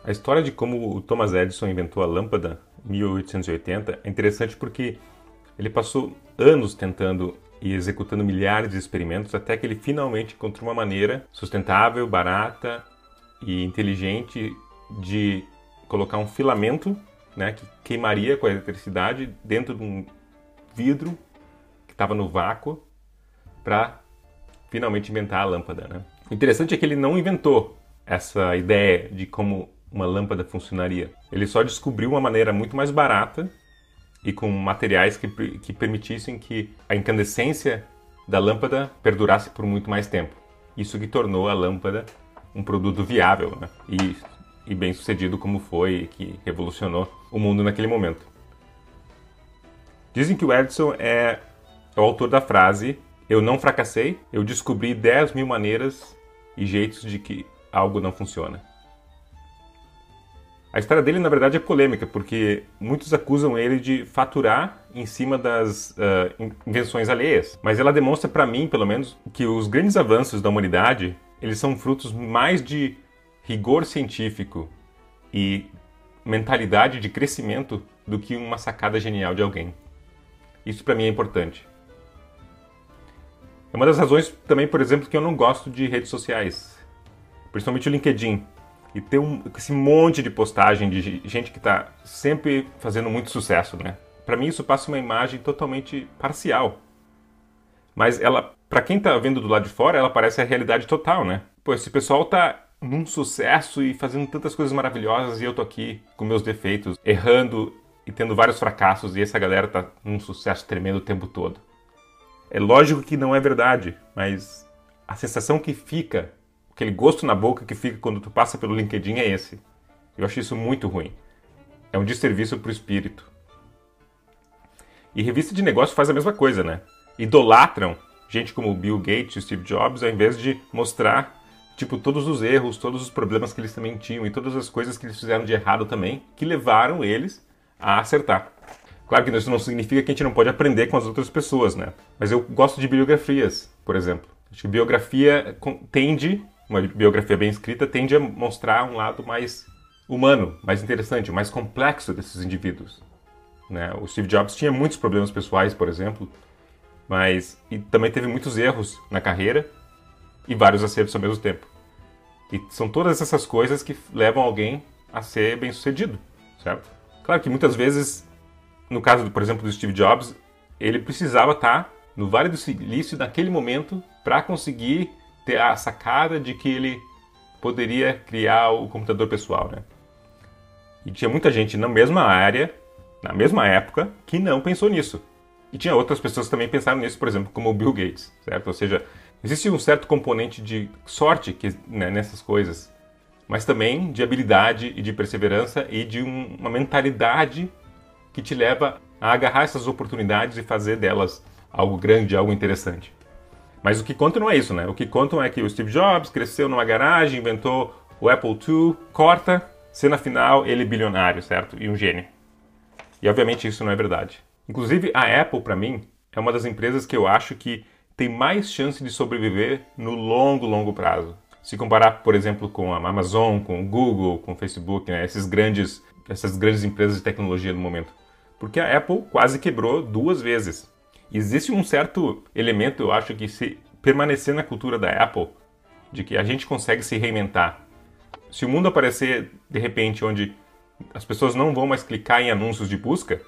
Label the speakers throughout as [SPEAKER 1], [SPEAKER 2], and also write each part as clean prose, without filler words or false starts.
[SPEAKER 1] A história de como o Thomas Edison inventou a lâmpada em 1880 é interessante porque ele passou anos tentando e executando milhares de experimentos até que ele finalmente encontrou uma maneira sustentável, barata e inteligente de colocar um filamento, né, que queimaria com a eletricidade dentro de um vidro que estava no vácuo para finalmente inventar a lâmpada, né? O interessante é que ele não inventou essa ideia de como uma lâmpada funcionaria. Ele só descobriu uma maneira muito mais barata e com materiais que permitissem que a incandescência da lâmpada perdurasse por muito mais tempo. Isso que tornou a lâmpada um produto viável, né? E bem sucedido como foi, que revolucionou o mundo naquele momento. Dizem que o Edison é o autor da frase: "Eu não fracassei, eu descobri 10.000 maneiras e jeitos de que algo não funciona." A história dele, na verdade, é polêmica, porque muitos acusam ele de faturar em cima das invenções alheias. Mas ela demonstra, para mim, pelo menos, que os grandes avanços da humanidade, eles são frutos mais de rigor científico e mentalidade de crescimento do que uma sacada genial de alguém. Isso, para mim, é importante. É uma das razões também, por exemplo, que eu não gosto de redes sociais, principalmente o LinkedIn. E ter esse monte de postagem de gente que está sempre fazendo muito sucesso, né? Para mim isso passa uma imagem totalmente parcial. Mas ela, para quem está vendo do lado de fora, ela parece a realidade total, né? Pô, esse pessoal tá num sucesso e fazendo tantas coisas maravilhosas e eu tô aqui com meus defeitos, errando e tendo vários fracassos e essa galera tá num sucesso tremendo o tempo todo. É lógico que não é verdade, mas a sensação que fica, aquele gosto na boca que fica quando tu passa pelo LinkedIn é esse. Eu acho isso muito ruim. É um desserviço pro espírito. E revista de negócio faz a mesma coisa, né? Idolatram gente como o Bill Gates e o Steve Jobs ao invés de mostrar, tipo, todos os erros, todos os problemas que eles também tinham e todas as coisas que eles fizeram de errado também, que levaram eles a acertar. Claro que isso não significa que a gente não pode aprender com as outras pessoas, né? Mas eu gosto de biografias, por exemplo. Acho que biografia tende, uma biografia bem escrita, tende a mostrar um lado mais humano, mais interessante, mais complexo desses indivíduos, né? O Steve Jobs tinha muitos problemas pessoais, por exemplo, e também teve muitos erros na carreira e vários acertos ao mesmo tempo. E são todas essas coisas que levam alguém a ser bem-sucedido, certo? Claro que muitas vezes, no caso, por exemplo, do Steve Jobs, ele precisava estar no Vale do Silício naquele momento para conseguir ter a sacada de que ele poderia criar o computador pessoal, né? E tinha muita gente na mesma área, na mesma época, que não pensou nisso. E tinha outras pessoas que também pensaram nisso, por exemplo, como o Bill Gates, certo? Ou seja, existe um certo componente de sorte né, nessas coisas, mas também de habilidade e de perseverança e de uma mentalidade que te leva a agarrar essas oportunidades e fazer delas algo grande, algo interessante. Mas o que conta não é isso, né? O que conta é que o Steve Jobs cresceu numa garagem, inventou o Apple II, corta, cena final, ele bilionário, certo? E um gênio. E obviamente isso não é verdade. Inclusive a Apple, para mim, é uma das empresas que eu acho que tem mais chance de sobreviver no longo, longo prazo. Se comparar, por exemplo, com a Amazon, com o Google, com o Facebook, né? Essas grandes empresas de tecnologia no momento. Porque a Apple quase quebrou 2 vezes. Existe um certo elemento, eu acho, que se permanecer na cultura da Apple, de que a gente consegue se reinventar. Se o mundo aparecer, de repente, onde as pessoas não vão mais clicar em anúncios de busca,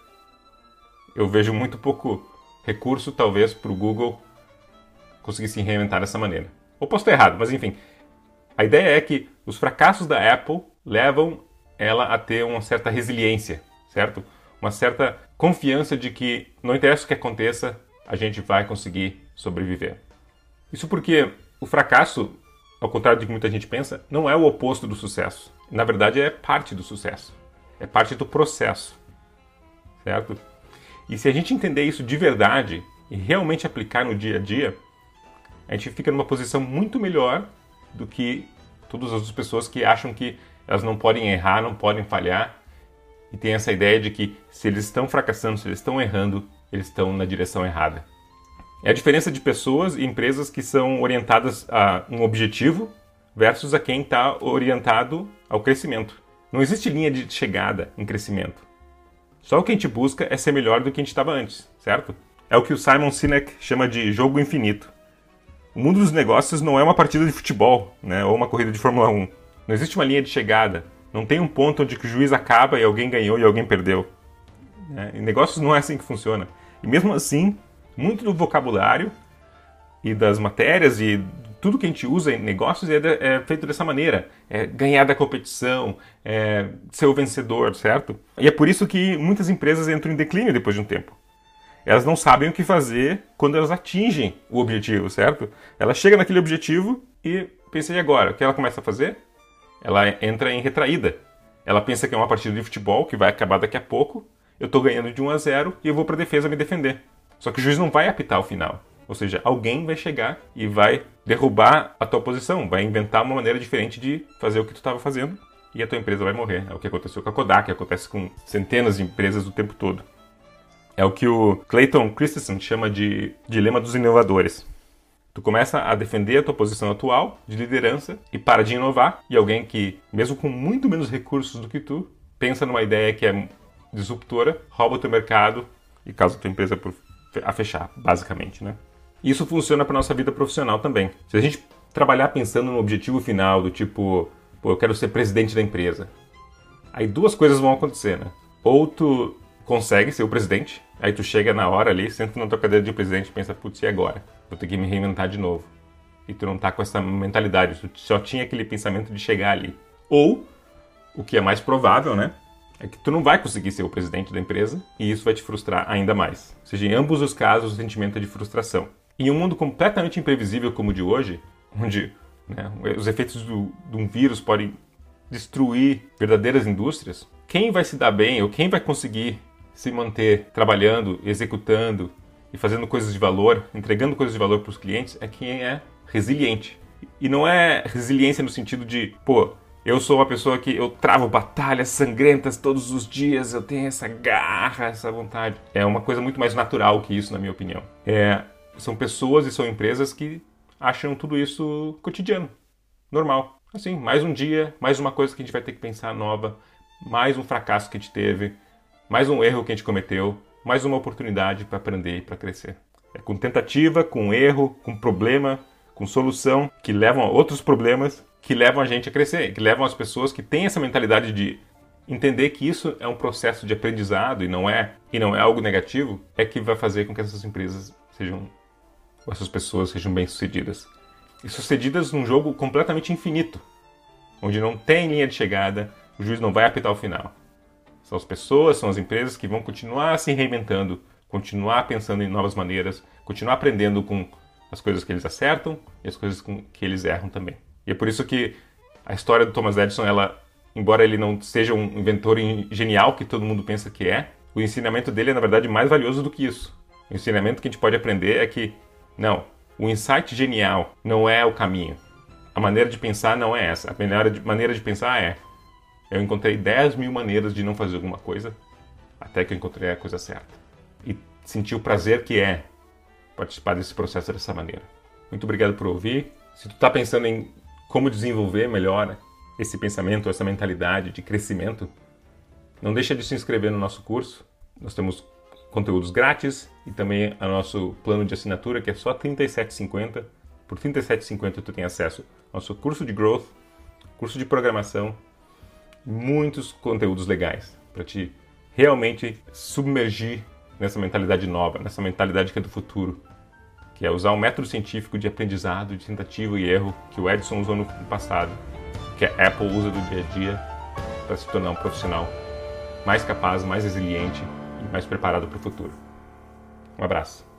[SPEAKER 1] eu vejo muito pouco recurso, talvez, para o Google conseguir se reinventar dessa maneira. Ou posso estar errado, mas enfim. A ideia é que os fracassos da Apple levam ela a ter uma certa resiliência, certo? Uma certa confiança de que, não interessa o que aconteça, a gente vai conseguir sobreviver. Isso porque o fracasso, ao contrário do que muita gente pensa, não é o oposto do sucesso. Na verdade, é parte do sucesso. É parte do processo, certo? E se a gente entender isso de verdade e realmente aplicar no dia a dia, a gente fica numa posição muito melhor do que todas as outras pessoas que acham que elas não podem errar, não podem falhar, e tem essa ideia de que se eles estão fracassando, se eles estão errando, eles estão na direção errada. É a diferença de pessoas e empresas que são orientadas a um objetivo versus a quem está orientado ao crescimento. Não existe linha de chegada em crescimento. Só o que a gente busca é ser melhor do que a gente estava antes, certo? É o que o Simon Sinek chama de jogo infinito. O mundo dos negócios não é uma partida de futebol, né, ou uma corrida de Fórmula 1. Não existe uma linha de chegada. Não tem um ponto onde o juiz acaba e alguém ganhou e alguém perdeu. Em negócios não é assim que funciona. E mesmo assim, muito do vocabulário e das matérias e tudo que a gente usa em negócios é feito dessa maneira. É ganhar da competição, é ser o vencedor, certo? E é por isso que muitas empresas entram em declínio depois de um tempo. Elas não sabem o que fazer quando elas atingem o objetivo, certo? Ela chega naquele objetivo e pensa, e agora? O que ela começa a fazer? Ela entra em retraída. Ela pensa que é uma partida de futebol que vai acabar daqui a pouco, eu estou ganhando de 1-0 e eu vou para a defesa me defender. Só que o juiz não vai apitar o final. Ou seja, alguém vai chegar e vai derrubar a tua posição, vai inventar uma maneira diferente de fazer o que tu estava fazendo e a tua empresa vai morrer. É o que aconteceu com a Kodak, acontece com centenas de empresas o tempo todo. É o que o Clayton Christensen chama de dilema dos inovadores. Tu começa a defender a tua posição atual de liderança e para de inovar, e alguém que, mesmo com muito menos recursos do que tu, pensa numa ideia que é disruptora, rouba o teu mercado e causa a tua empresa a fechar, basicamente, né? Isso funciona para nossa vida profissional também. Se a gente trabalhar pensando no objetivo final, do tipo, pô, eu quero ser presidente da empresa, aí duas coisas vão acontecer, né? Ou tu consegue ser o presidente, aí tu chega na hora ali, senta na tua cadeira de presidente e pensa, putz, e agora? Vou ter que me reinventar de novo. E tu não tá com essa mentalidade, tu só tinha aquele pensamento de chegar ali. Ou, o que é mais provável, né? É que tu não vai conseguir ser o presidente da empresa e isso vai te frustrar ainda mais. Ou seja, em ambos os casos, o sentimento é de frustração. Em um mundo completamente imprevisível como o de hoje, onde os efeitos de um vírus podem destruir verdadeiras indústrias, quem vai se dar bem ou quem vai conseguir se manter trabalhando, executando e fazendo coisas de valor, entregando coisas de valor para os clientes, é quem é resiliente. E não é resiliência no sentido de, pô, eu sou uma pessoa que eu travo batalhas sangrentas todos os dias, eu tenho essa garra, essa vontade. É uma coisa muito mais natural que isso, na minha opinião. São pessoas e são empresas que acham tudo isso cotidiano, normal. Assim, mais um dia, mais uma coisa que a gente vai ter que pensar nova, mais um fracasso que a gente teve, mais um erro que a gente cometeu, mais uma oportunidade para aprender e para crescer. É com tentativa, com erro, com problema, com solução, que levam a outros problemas, que levam a gente a crescer, que levam as pessoas que têm essa mentalidade de entender que isso é um processo de aprendizado e não é algo negativo, é que vai fazer com que essas empresas essas pessoas sejam bem-sucedidas. E sucedidas num jogo completamente infinito, onde não tem linha de chegada, o juiz não vai apitar o final. São as pessoas, são as empresas que vão continuar se reinventando, continuar pensando em novas maneiras, continuar aprendendo com as coisas que eles acertam e as coisas que eles erram também. E é por isso que a história do Thomas Edison, embora ele não seja um inventor genial que todo mundo pensa que é, o ensinamento dele é, na verdade, mais valioso do que isso. O ensinamento que a gente pode aprender é que, não, o insight genial não é o caminho. A maneira de pensar não é essa. A maneira de pensar é: eu encontrei 10 mil maneiras de não fazer alguma coisa, até que eu encontrei a coisa certa. E senti o prazer que é participar desse processo dessa maneira. Muito obrigado por ouvir. Se tu está pensando em como desenvolver melhor esse pensamento, essa mentalidade de crescimento, não deixa de se inscrever no nosso curso. Nós temos conteúdos grátis e também ao nosso plano de assinatura, que é só R$ 37,50. Por R$ 37,50 tu tem acesso ao nosso curso de Growth, curso de programação, muitos conteúdos legais para te realmente submergir nessa mentalidade nova, nessa mentalidade que é do futuro, que é usar um método científico de aprendizado, de tentativa e erro que o Edison usou no passado, que a Apple usa do dia a dia para se tornar um profissional mais capaz, mais resiliente e mais preparado para o futuro. Um abraço.